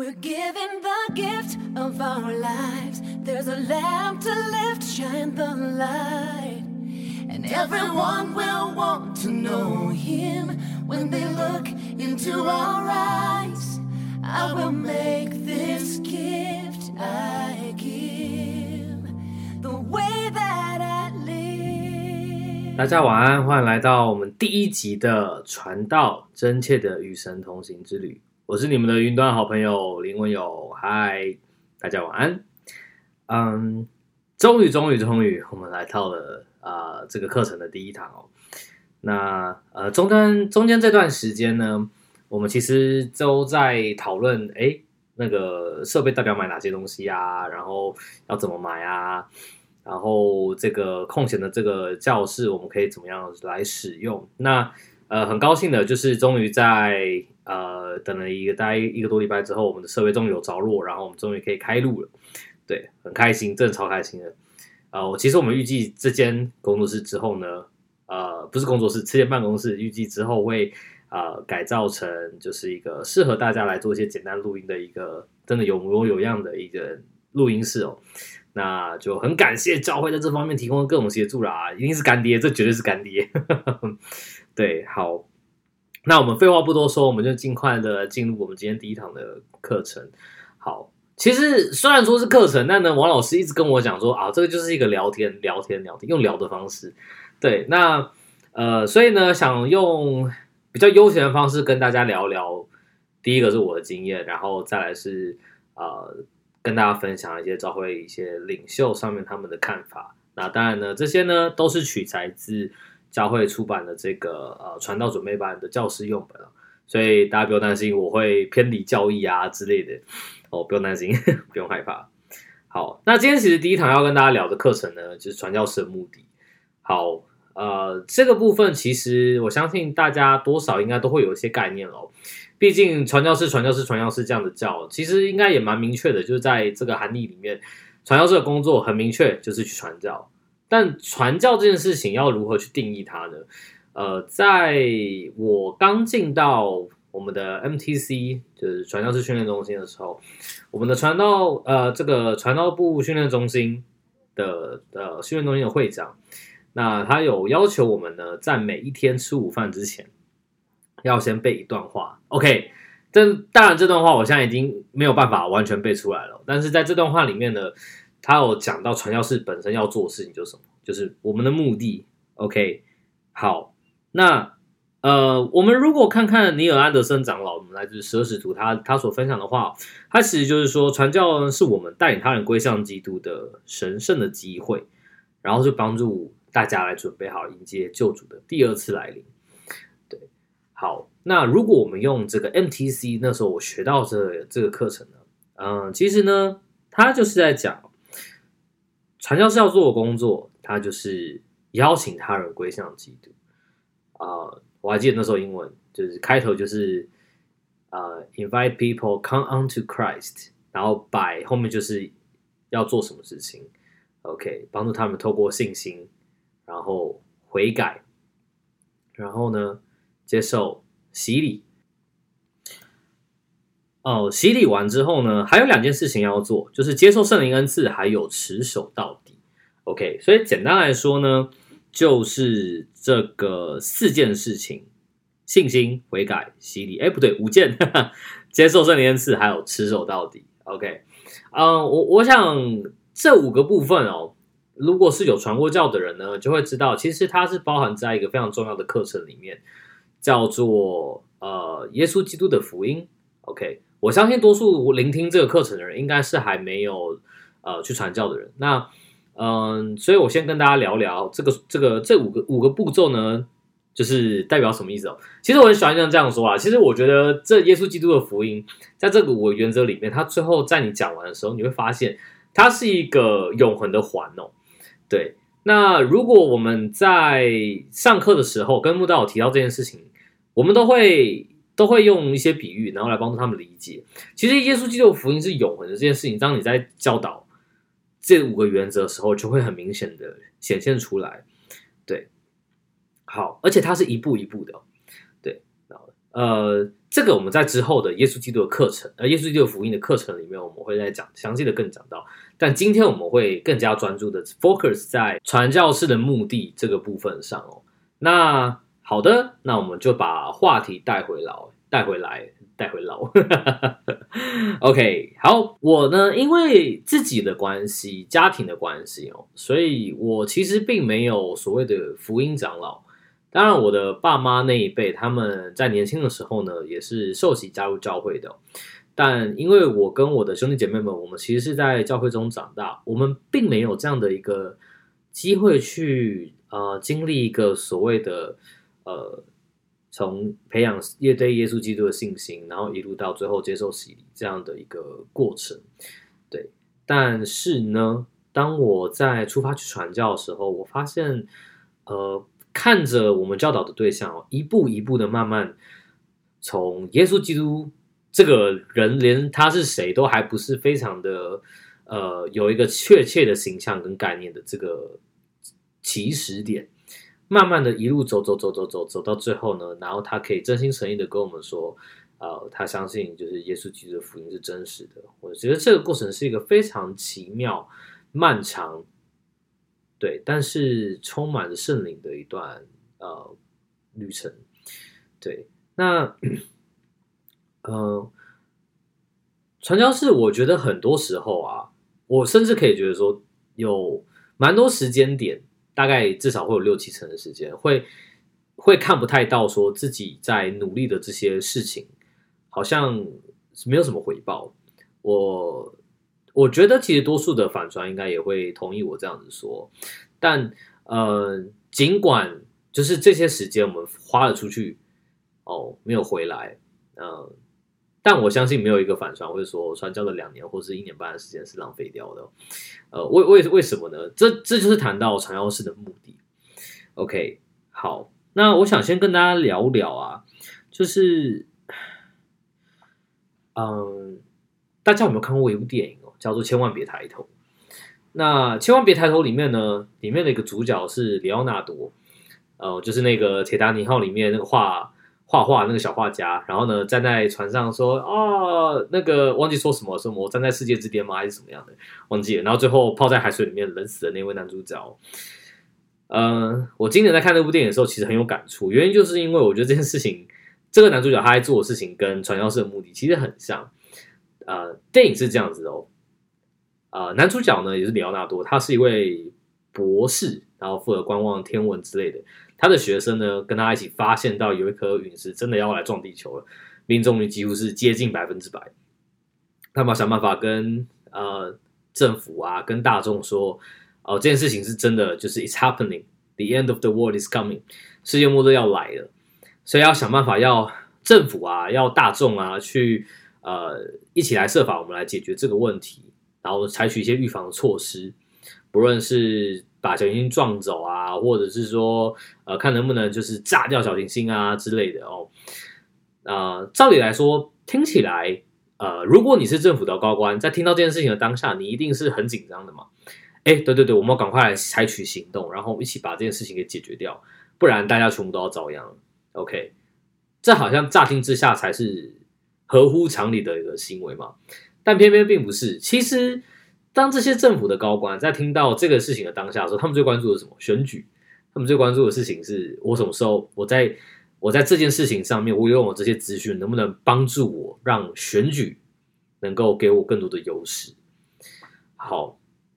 We're given the gift of our lives. There's a lamp to lift, shine the light. And everyone will want to know him when they look into our eyes. I will make this gift I give the way that I live. 大家晚安，欢迎来到我们第一集的传道真切的与神同行之旅。我是你们的云端好朋友林文友，嗨，大家晚安。终于，我们来到了这个课程的第一堂哦。那中间这段时间呢，我们其实都在讨论，那个设备到底要买哪些东西啊，然后要怎么买啊，然后这个空闲的这个教室我们可以怎么样来使用。那很高兴的就是终于在等了大概一个多礼拜之后，我们的设备终于有着落，然后我们终于可以开录了。对，很开心，真的超开心的。其实我们预计这间工作室之后呢，不是工作室，这间办公室预计之后会改造成就是一个适合大家来做一些简单录音的一个真的有模有样的一个录音室哦。那就很感谢教会在这方面提供各种协助啦，一定是干爹，这绝对是干爹。对，好，那我们废话不多说，我们就尽快的进入我们今天第一堂的课程。好，其实虽然说是课程，但呢，王老师一直跟我讲说这个就是一个聊天，用聊的方式。对，那所以呢，想用比较悠闲的方式跟大家聊聊。第一个是我的经验，然后再来是跟大家分享一些教会一些领袖上面他们的看法。那当然呢，这些呢都是取材自教会出版的这个传道准备班的教师用本，所以大家不用担心我会偏离教义啊之类的不用担心不用害怕。好，那今天其实第一堂要跟大家聊的课程呢，就是传教士的目的。好，这个部分其实我相信大家多少应该都会有一些概念咯。毕竟传教士这样的叫，其实应该也蛮明确的，就是在这个含义里面，传教士的工作很明确，就是去传教。但传教这件事情要如何去定义它呢？在我刚进到我们的 MTC， 就是传教士训练中心的时候，我们的这个传道部训练中心的训练中心的会长，那他有要求我们呢，在每一天吃午饭之前，要先背一段话。OK， 当然这段话我现在已经没有办法完全背出来了，但是在这段话里面呢，他有讲到传教士本身要做的事情就是什么，就是我们的目的。OK， 好，那我们如果看看尼尔安德森长老，我们来自12使徒他所分享的话，他其实就是说，传教是我们带领他人归向基督的神圣的机会，然后就帮助大家来准备好迎接救主的第二次来临。对，好，那如果我们用这个 MTC 那时候我学到这个课程呢，其实呢，他就是在讲传教士要做的工作，他就是邀请他人归向基督。我还记得那时候英文就是开头就是invite people come unto Christ， 然后 by 后面就是要做什么事情。OK， 帮助他们透过信心，然后悔改，然后呢接受洗礼。洗礼完之后呢，还有2件事情要做，就是接受圣灵恩赐，还有持守到底。OK， 所以简单来说呢，就是这个4件事情：信心、悔改、洗礼。不对，5件，接受圣灵恩赐，还有持守到底。OK， 我想这5个部分如果是有传过教的人呢，就会知道，其实它是包含在一个非常重要的课程里面，叫做耶稣基督的福音。OK， 我相信多数聆听这个课程的人，应该是还没有去传教的人。那所以我先跟大家聊聊这5个步骤呢，就是代表什么意思其实我很喜欢这样说其实我觉得这耶稣基督的福音，在这个5个原则里面，它最后在你讲完的时候，你会发现它是一个永恒的环对，那如果我们在上课的时候跟慕道友提到这件事情，我们都会用一些比喻，然后来帮助他们理解。其实耶稣基督的福音是永恒的这件事情，当你在教导这5个原则的时候，就会很明显的显现出来。对，好，而且它是一步一步的。对， 这个我们在之后的耶稣基督的课程，耶稣基督福音的课程里面，我们会再讲详细的更讲到。但今天我们会更加专注的 focus 在传教士的目的这个部分上哦。那好的，那我们就把话题带回来。OK， 好，我呢因为自己的关系、家庭的关系哦，所以我其实并没有所谓的福音长老。当然，我的爸妈那一辈，他们在年轻的时候呢，也是受洗加入教会的哦。但因为我跟我的兄弟姐妹们，我们其实是在教会中长大，我们并没有这样的一个机会去经历一个所谓的从培养对耶稣基督的信心，然后一路到最后接受洗礼这样的一个过程。对，但是呢，当我在出发去传教的时候，我发现看着我们教导的对象一步一步的慢慢从耶稣基督这个人连他是谁都还不是非常的有一个确切的形象跟概念的这个起始点，慢慢的一路走到最后呢，然后他可以真心诚意的跟我们说他相信就是耶稣基督的福音是真实的。我觉得这个过程是一个非常奇妙漫长，对，但是充满了圣灵的一段旅程。对，那传教士我觉得很多时候啊，我甚至可以觉得说有蛮多时间点，大概至少会有6-7成的时间会看不太到说自己在努力的这些事情好像没有什么回报。我觉得其实多数的反传应该也会同意我这样子说，但尽管就是这些时间我们花了出去没有回来，但我相信没有一个反传会说传教的2年或是1年半的时间是浪费掉的。为什么呢？这就是谈到传教士的目的。OK， 好，那我想先跟大家聊聊啊，就是大家有没有看过一部电影叫做《千万别抬头》。那《千万别抬头》里面呢，里面的一个主角是里奥纳多，就是那个铁达尼号里面那个画画那个小画家，然后呢站在船上说那个忘记说什么我站在世界之巅吗还是什么样的忘记了，然后最后泡在海水里面冷死的那位男主角。我今年在看这部电影的时候其实很有感触，原因就是因为我觉得这件事情，这个男主角他在做的事情跟传教士的目的其实很像。电影是这样子男主角呢也是里奥纳多，他是一位博士，然后负责观望天文之类的。他的学生呢跟他一起发现到有一颗陨石真的要来撞地球了，命中率几乎是接近100%。他们要想办法跟政府啊跟大众说这件事情是真的，就是 it's happening, the end of the world is coming， 世界末日要来了，所以要想办法要政府啊要大众啊去一起来设法我们来解决这个问题，然后采取一些预防的措施，不论是把小行星撞走啊，或者是说看能不能就是炸掉小行星啊之类的照理来说听起来如果你是政府的高官，在听到这件事情的当下，你一定是很紧张的嘛。对，我们要赶快来采取行动，然后一起把这件事情给解决掉，不然大家全部都要遭殃。OK， 这好像乍听之下才是合乎常理的一个行为嘛，但偏偏并不是。其实当这些政府的高官在听到这个事情的当下的时候，他们最关注的是什么？选举。他们最关注的事情是我什么时候我在这件事情上面我拥有这些资讯，能不能帮助我让选举能够给我更多的优势。好，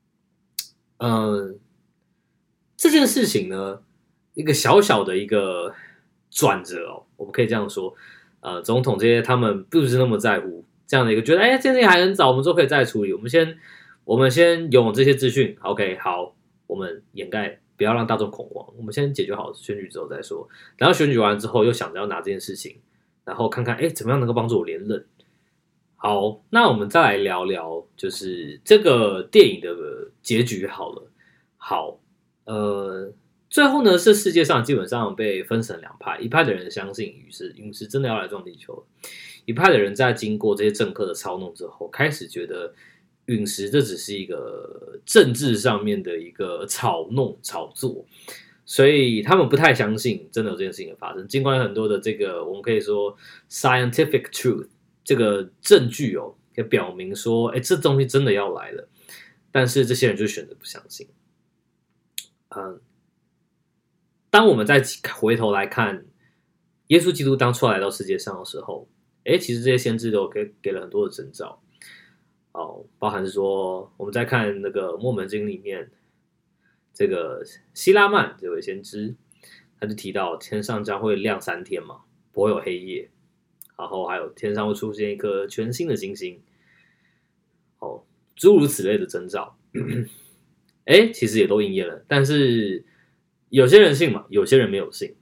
这件事情呢，一个小小的一个转折我们可以这样说，总统这些他们不是那么在乎这样的一个，觉得这件事情还很早，我们都可以再处理，我们先拥有这些资讯 ，OK， 好，我们掩盖，不要让大众恐慌，我们先解决好选举之后再说，然后选举完之后又想着要拿这件事情，然后看看怎么样能够帮助我连任。好，那我们再来聊聊就是这个电影的结局好了。好，最后呢是世界上基本上被分成2派，一派的人相信陨石真的要来撞地球了，一派的人在经过这些政客的操弄之后，开始觉得陨石这只是一个政治上面的一个炒作， 所以他们不太相信真的有这件事情的发生。尽管有很多的这个我们可以说 scientific truth 这个证据可以表明说，这东西真的要来了，但是这些人就选择不相信。当我们再回头来看耶稣基督当初来到世界上的时候，其实这些先知都给了很多的征兆。包含是说我们在看那个默门经里面，这个希拉曼这位先知，他就提到天上将会亮3天嘛，不会有黑夜，然后还有天上会出现一颗全新的星星，诸如此类的征兆，其实也都应验了，但是有些人信嘛，有些人没有信。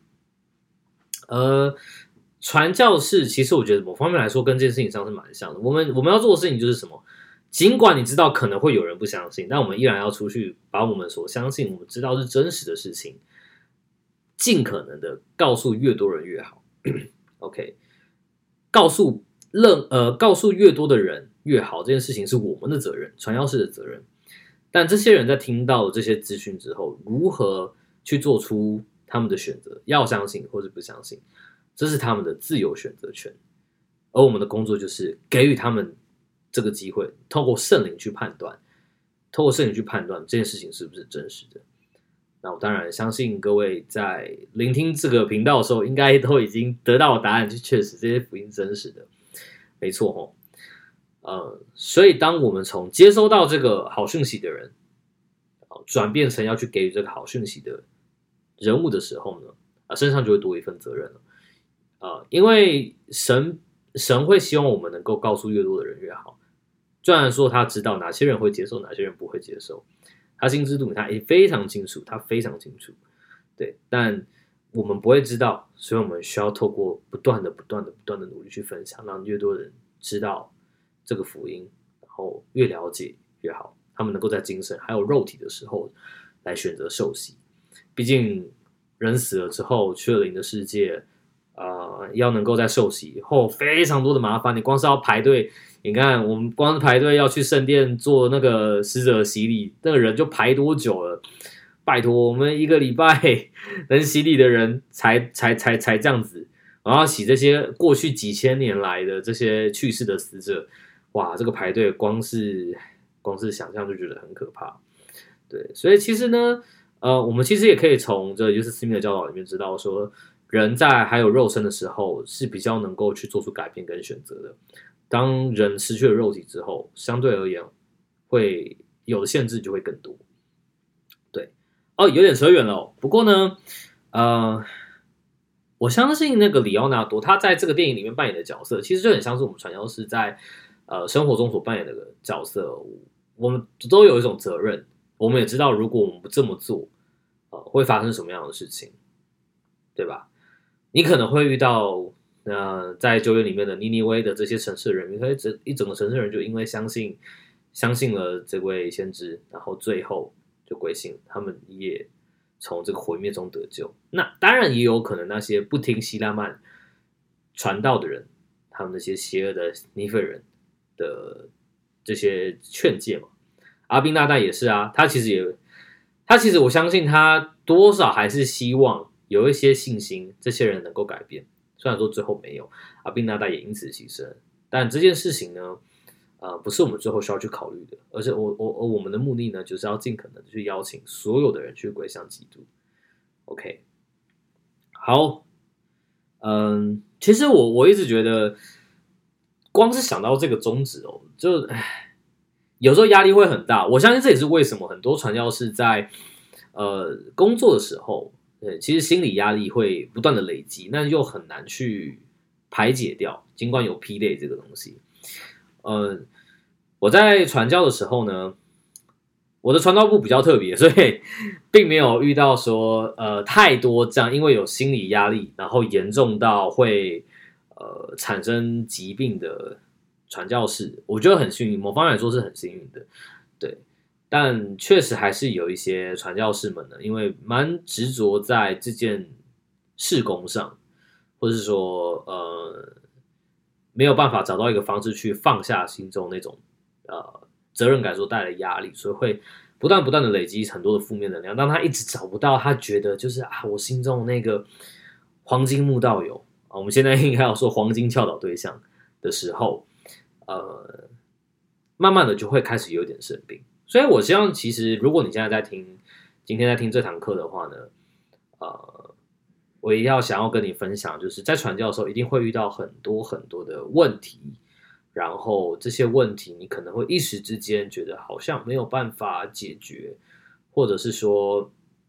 传教士其实我觉得某方面来说跟这件事情上是蛮像的。我们要做的事情就是什么？尽管你知道可能会有人不相信，但我们依然要出去把我们所相信、我们知道是真实的事情，尽可能的告诉越多人越好。OK， 告诉越多的人越好，这件事情是我们的责任，传教士的责任。但这些人在听到这些资讯之后，如何去做出他们的选择，要相信或是不相信，这是他们的自由选择权。而我们的工作就是给予他们这个机会，透过圣灵去判断这件事情是不是真实的。那我当然相信各位在聆听这个频道的时候，应该都已经得到答案，就确实这些福音是真实的，没错。所以当我们从接收到这个好讯息的人，转变成要去给予这个好讯息的人物的时候呢，身上就会多一份责任了。因为神会希望我们能够告诉越多的人越好。虽然说他知道哪些人会接受，哪些人不会接受，他心知肚明，他也非常清楚，对，但我们不会知道，所以我们需要透过不断的努力去分享，让越多人知道这个福音，然后越了解越好，他们能够在精神还有肉体的时候来选择受洗。毕竟人死了之后去了灵的世界，要能够在受洗以后非常多的麻烦，你光是要排队，你看我们光是排队要去圣殿做那个死者洗礼，那个人就排多久了？拜托，我们1个礼拜能洗礼的人才这样子，然后洗这些过去几千年来的这些去世的死者，哇，这个排队光是想象就觉得很可怕。对，所以其实呢，我们其实也可以从这约瑟斯密的教导里面知道说，人在还有肉身的时候是比较能够去做出改变跟选择的。当人失去了肉体之后，相对而言会有的限制就会更多。对，有点扯远了。不过呢，我相信那个里奥纳多他在这个电影里面扮演的角色，其实就很像是我们传教士在生活中所扮演的角色。我们都有一种责任，我们也知道如果我们不这么做，会发生什么样的事情，对吧？你可能会遇到在旧约里面的尼尼微的这些城市的人民，一整个城市的人就因为相信了这位先知，然后最后就归信，他们也从这个毁灭中得救。那当然也有可能那些不听希拉曼传道的人，他们那些邪恶的尼腓人的这些劝诫嘛。阿宾纳代也是啊，他其实我相信他多少还是希望有一些信心，这些人能够改变。虽然说最后没有，阿宾纳代也因此牺牲，但这件事情呢，不是我们最后需要去考虑的，而是我们的目的呢，就是要尽可能的去邀请所有的人去归向基督。OK， 好，其实我一直觉得，光是想到这个宗旨就有时候压力会很大。我相信这也是为什么很多传教士在工作的时候，其实心理压力会不断的累积，那又很难去排解掉。尽管有疲累这个东西，我在传教的时候呢，我的传道部比较特别，所以并没有遇到说太多这样因为有心理压力，然后严重到会产生疾病的传教士。我觉得很幸运，某方面来说是很幸运的，对。但确实还是有一些传教士们呢，因为蛮执着在这件事工上，或者是说没有办法找到一个方式去放下心中那种责任感所带来的压力，所以会不断的累积很多的负面能量，当他一直找不到他觉得就是我心中那个黄金木道友我们现在应该要说黄金教导对象的时候，慢慢的就会开始有点生病。所以我希望其实如果你现在今天在听这堂课的话呢，我也想要跟你分享，就是在传教的时候一定会遇到很多的问题，然后这些问题你可能会一时之间觉得好像没有办法解决，或者是说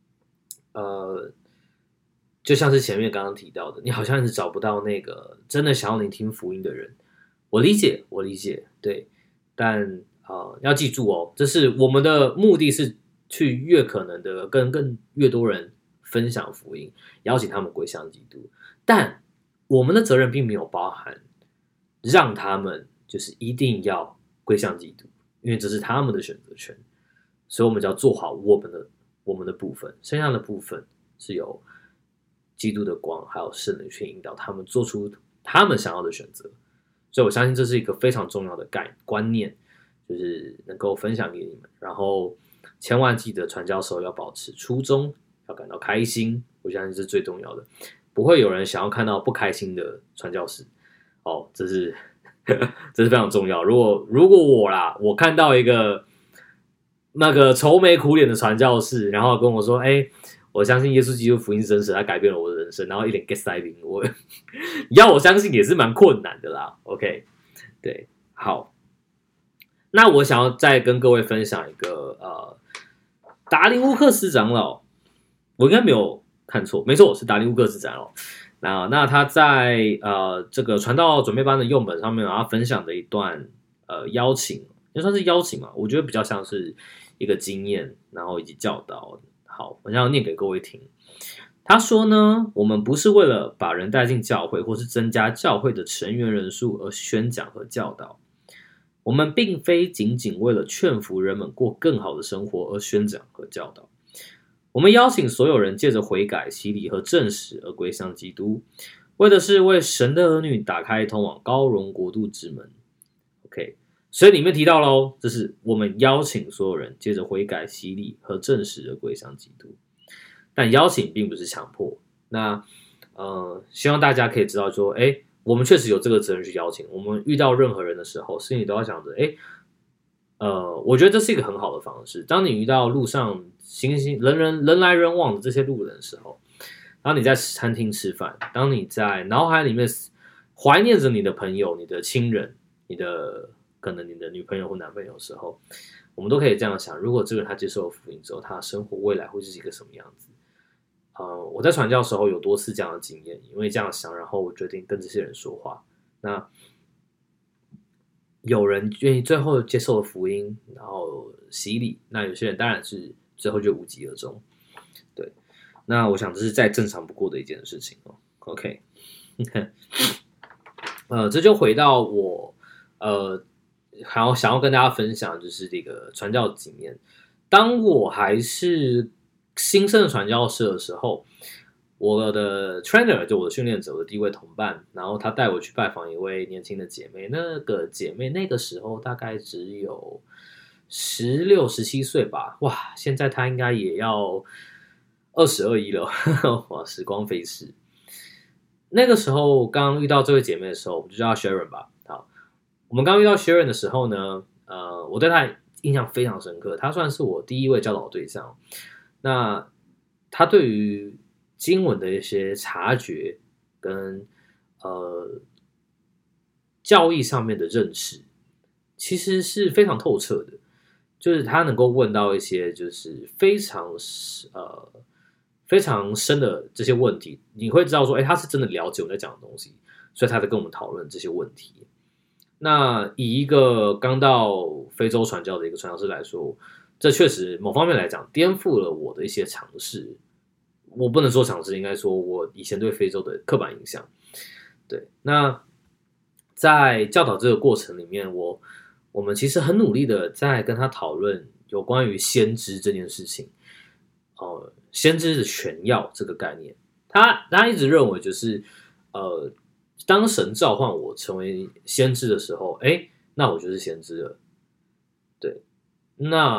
就像是前面刚刚提到的，你好像一直找不到那个真的想要聆听福音的人。我理解，对，但要记住哦，这是我们的目的是去越可能的跟越多人分享福音，邀请他们归向基督。但我们的责任并没有包含让他们就是一定要归向基督，因为这是他们的选择权。所以我们就要做好我们的部分，剩下的部分是由基督的光还有圣灵去引导他们做出他们想要的选择。所以我相信这是一个非常重要的观念，就是能够分享给你们。然后千万记得传教时候要保持初衷，要感到开心，我相信这是最重要的。不会有人想要看到不开心的传教士这是非常重要。如果我看到一个那个愁眉苦脸的传教士，然后跟我说我相信耶稣基督福音是真实，他改变了我的人生，然后一脸 get 塞宾，要我相信也是蛮困难的啦。 OK， 对，好，那我想要再跟各位分享一个达林乌克斯长老，我应该没有看错，没错，是达林乌克斯长老。那他在这个传道准备班的用本上面，他分享的一段邀请，就算是邀请嘛，我觉得比较像是一个经验，然后以及教导。好，我想要念给各位听。他说呢，我们不是为了把人带进教会或是增加教会的成员人数而宣讲和教导，我们并非仅仅为了劝服人们过更好的生活而宣讲和教导。我们邀请所有人借着悔改、洗礼和证实而归向基督，为的是为神的儿女打开通往高荣国度之门。 OK， 所以里面提到咯，这是我们邀请所有人借着悔改、洗礼和证实而归向基督，但邀请并不是强迫。那希望大家可以知道说我们确实有这个责任去邀请。我们遇到任何人的时候，心里都要想着我觉得这是一个很好的方式。当你遇到路上人来人往的这些路人的时候，当你在餐厅吃饭，当你在脑海里面怀念着你的朋友、你的亲人、可能你的女朋友或男朋友的时候，我们都可以这样想：如果这个人他接受了福音之后，他的生活未来会是一个什么样子？我在传教的时候有多次这样的经验，因为这样想，然后我决定跟这些人说话。那有人愿意最后接受了福音，然后洗礼，那有些人当然是最后就无疾而终。对，那我想这是再正常不过的一件事情OK， 这就回到我想要跟大家分享，就是这个传教经验。当我还是新生的传教士的时候，我的 trainer 就我的训练者，我的第一位同伴，然后他带我去拜访一位年轻的姐妹。那个姐妹那个时候大概只有16、17岁吧，哇，现在她应该也要20、21了，哇，时光飞逝。那个时候刚遇到这位姐妹的时候，我们就叫她 Sharon 吧。好，我们刚遇到 Sharon 的时候呢，我对她印象非常深刻，她算是我第一位教导对象。那她对于经文的一些察觉跟教义上面的认识，其实是非常透彻的，就是他能够问到一些就是非常深的这些问题，你会知道说他是真的了解我在讲的东西，所以他在跟我们讨论这些问题。那以一个刚到非洲传教的一个传教士来说，这确实某方面来讲颠覆了我的一些常识。我不能说常识，应该说我以前对非洲的刻板印象。对，那在教导这个过程里面，我们其实很努力的在跟他讨论有关于先知这件事情。先知的权要这个概念，他一直认为就是当神召唤我成为先知的时候，那我就是先知了。对，那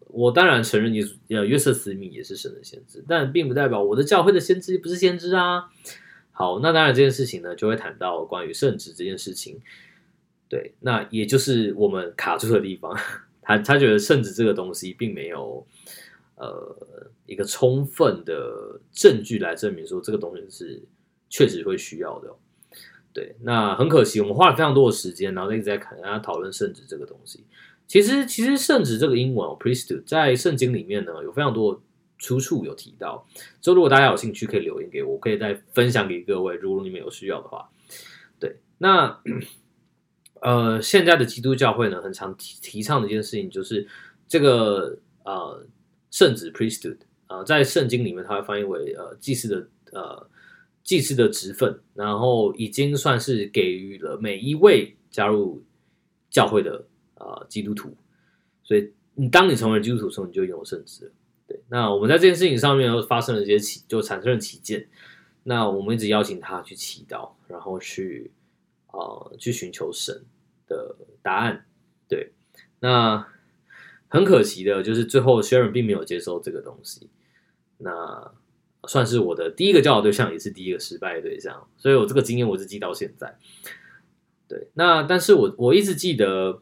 我当然承认约瑟斯密也是神的先知，但并不代表我的教会的先知不是先知啊。好，那当然这件事情呢，就会谈到关于圣职这件事情。对，那也就是我们卡住的地方。他觉得圣职这个东西并没有一个充分的证据来证明说这个东西是确实会需要的。对，那很可惜，我们花了非常多的时间，然后一直在跟大家讨论圣职这个东西。其实圣职这个英文priesthood 在圣经里面呢有非常多的出处有提到，所以如果大家有兴趣可以留言给我，可以再分享给各位，如果你们有需要的话。对，那现在的基督教会呢很常提倡的一件事情就是这个圣职 priesthood 在圣经里面它会翻译为祭司的职分，然后已经算是给予了每一位加入教会的基督徒，所以当你成为基督徒的时候，你就拥有圣职了。对，那我们在这件事情上面发生了一些就产生了歧见，那我们一直邀请他去祈祷，然后去寻求神的答案。对，那很可惜的就是最后 Sharon 并没有接受这个东西，那算是我的第一个教导对象，也是第一个失败的对象，所以我这个经验我是记到现在。对，那但是我一直记得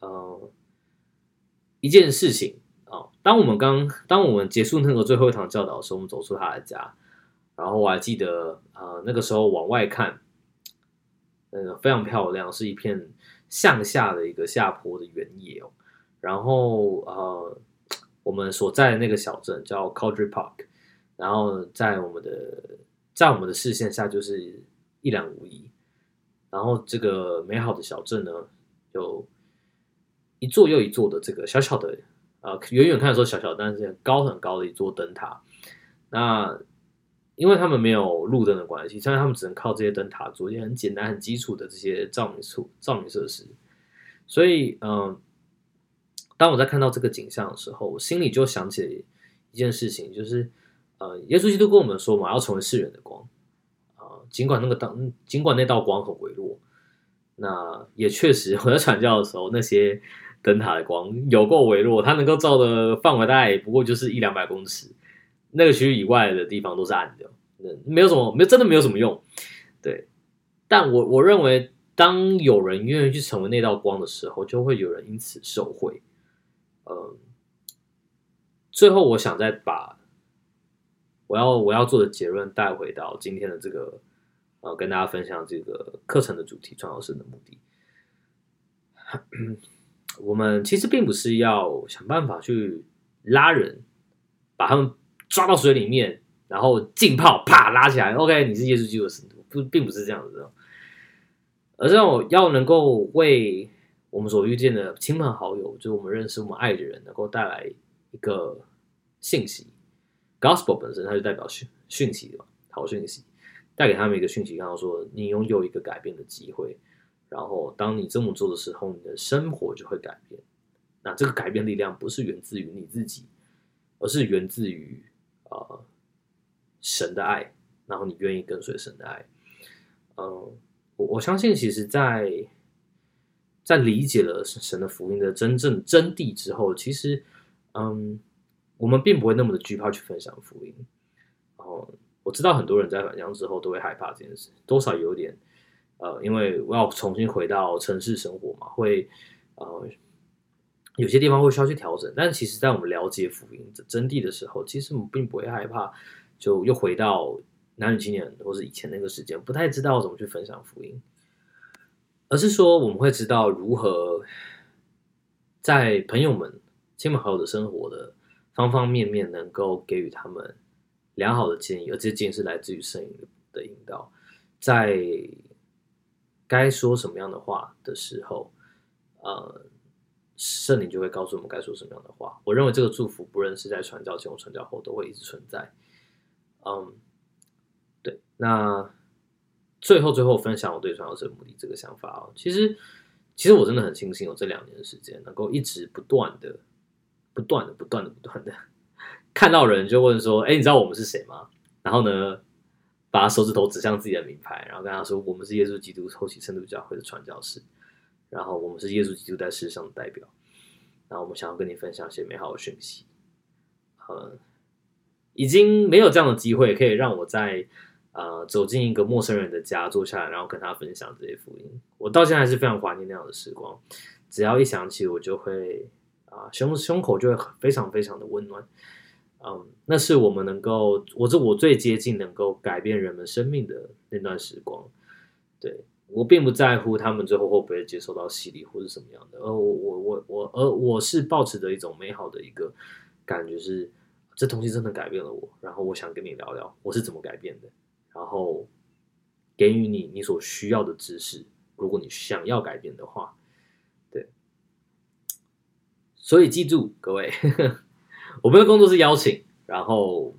一件事情当我们结束那个最后一堂教导的时候，我们走出他的家，然后我还记得那个时候往外看，非常漂亮，是一片向下的一个下坡的原野然后我们所在的那个小镇叫 Cowdray Park， 然后在我们的视线下就是一览无遗。然后这个美好的小镇呢，有一座又一座的这个小小的远远看的时候小小，但是很高很高的一座灯塔。那因为他们没有路灯的关系，所以他们只能靠这些灯塔做一些很简单很基础的这些照明设施。所以当我在看到这个景象的时候，我心里就想起一件事情，就是耶稣基督跟我们说嘛，要成为世人的光。尽管那道光很微弱，那也确实我在传教的时候，那些灯塔的光有够微弱，它能够照的范围大概也不过就是100-200公尺，那个区域以外的地方都是暗的，真的没有什么用。对，但我认为，当有人愿意去成为那道光的时候，就会有人因此受惠。最后我想再把我要做的结论带回到今天的这个跟大家分享这个课程的主题，传道生的目的。我们其实并不是要想办法去拉人，把他们抓到水里面，然后浸泡，啪拉起来 ，OK， 你是耶稣基督的使徒，并不是这样子的，而是要能够为我们所遇见的亲朋好友，就是我们认识、我们爱的人，能够带来一个信息。Gospel 本身它就代表讯息嘛，好讯息，带给他们一个讯息，刚刚说你拥有一个改变的机会，然后当你这么做的时候，你的生活就会改变。那这个改变力量不是源自于你自己，而是源自于神的爱，然后你愿意跟随神的爱。我相信其实在理解了神的福音的真正真谛之后，其实我们并不会那么的惧怕去分享福音。然后我知道很多人在返乡之后都会害怕这件事，多少有点因为我要重新回到城市生活嘛，会有些地方会需要去调整。但其实在我们了解福音的真谛的时候，其实我们并不会害怕就又回到男女青年或是以前那个时间，不太知道怎么去分享福音，而是说我们会知道如何在朋友们亲朋好友的生活的方方面面能够给予他们良好的建议，而这些建议是来自于圣灵的引导，在该说什么样的话的时候圣灵就会告诉我们该说什么样的话。我认为这个祝福不论是在传教前或传教后都会一直存在。对，那最后分享我对传教士的目的这个想法其实我真的很庆幸有这2年的时间，能够一直不断的看到人就问说，你知道我们是谁吗？然后呢，把手指头指向自己的名牌，然后跟他说，我们是耶稣基督后期圣徒教会的传教士，然后我们是耶稣基督在世上的代表。 然后我们想要跟你分享一些美好的讯息。已经没有这样的机会可以让我在走进一个陌生人的家坐下来，然后跟他分享这些福音。我到现在还是非常怀念那样的时光，只要一想起我就会胸口就会非常非常的温暖。那是我们能够我最接近能够改变人们生命的那段时光。对，我并不在乎他们最后会不会接受到洗礼或是什么样的，而我是抱持着一种美好的一个感觉是，这东西真的改变了我，然后我想跟你聊聊我是怎么改变的，然后给予你所需要的知识，如果你想要改变的话。对，所以记住各位我们的工作是邀请，然后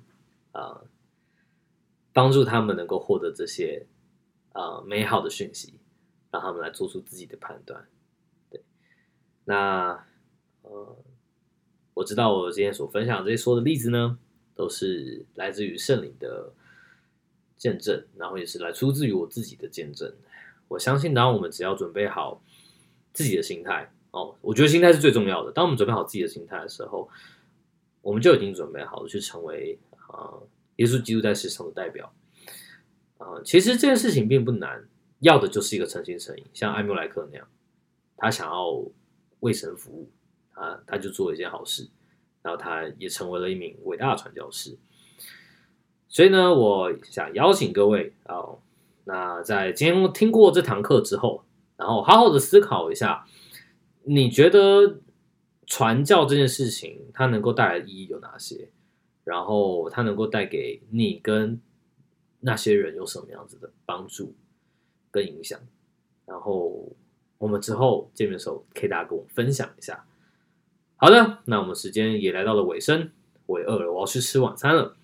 帮助他们能够获得这些美好的讯息，让他们来做出自己的判断。对，那我知道我今天所分享的这些所有的例子呢，都是来自于圣灵的见证，然后也是出自于我自己的见证。我相信当我们只要准备好自己的心态，我觉得心态是最重要的。当我们准备好自己的心态的时候，我们就已经准备好了去成为耶稣基督在世上的代表。其实这件事情并不难，要的就是一个诚心诚意，像艾缪莱克那样，他想要为神服务，他就做了一件好事，然后他也成为了一名伟大的传教士。所以呢，我想邀请各位那在今天听过这堂课之后，然后好好的思考一下，你觉得传教这件事情它能够带来的意义有哪些？然后它能够带给你跟那些人有什么样子的帮助跟影响？然后我们之后见面的时候，可以大家跟我分享一下。好的，那我们时间也来到了尾声，我也饿了，我要去吃晚餐了。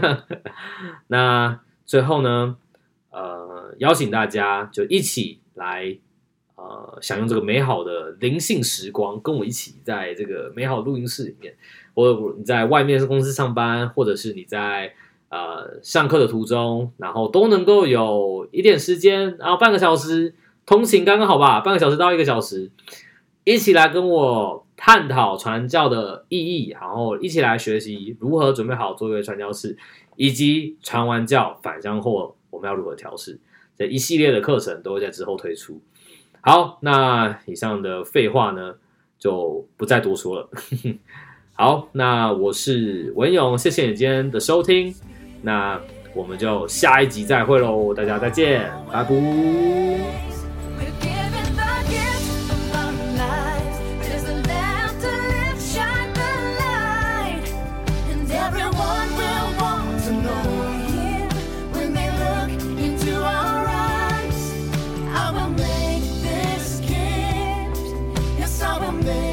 那最后呢，邀请大家就一起来享用这个美好的灵性时光，跟我一起在这个美好录音室里面，或者你在外面公司上班，或者是你在上课的途中，然后都能够有一点时间，然后半个小时通勤刚刚好吧，半个小时到1个小时，一起来跟我探讨传教的意义，然后一起来学习如何准备好作为传教士，以及传完教返乡后我们要如何调试，这一系列的课程都会在之后推出。好，那以上的废话呢，就不再多说了。好，那我是文勇，谢谢你今天的收听，那我们就下一集再会喽，大家再见，拜拜。I will make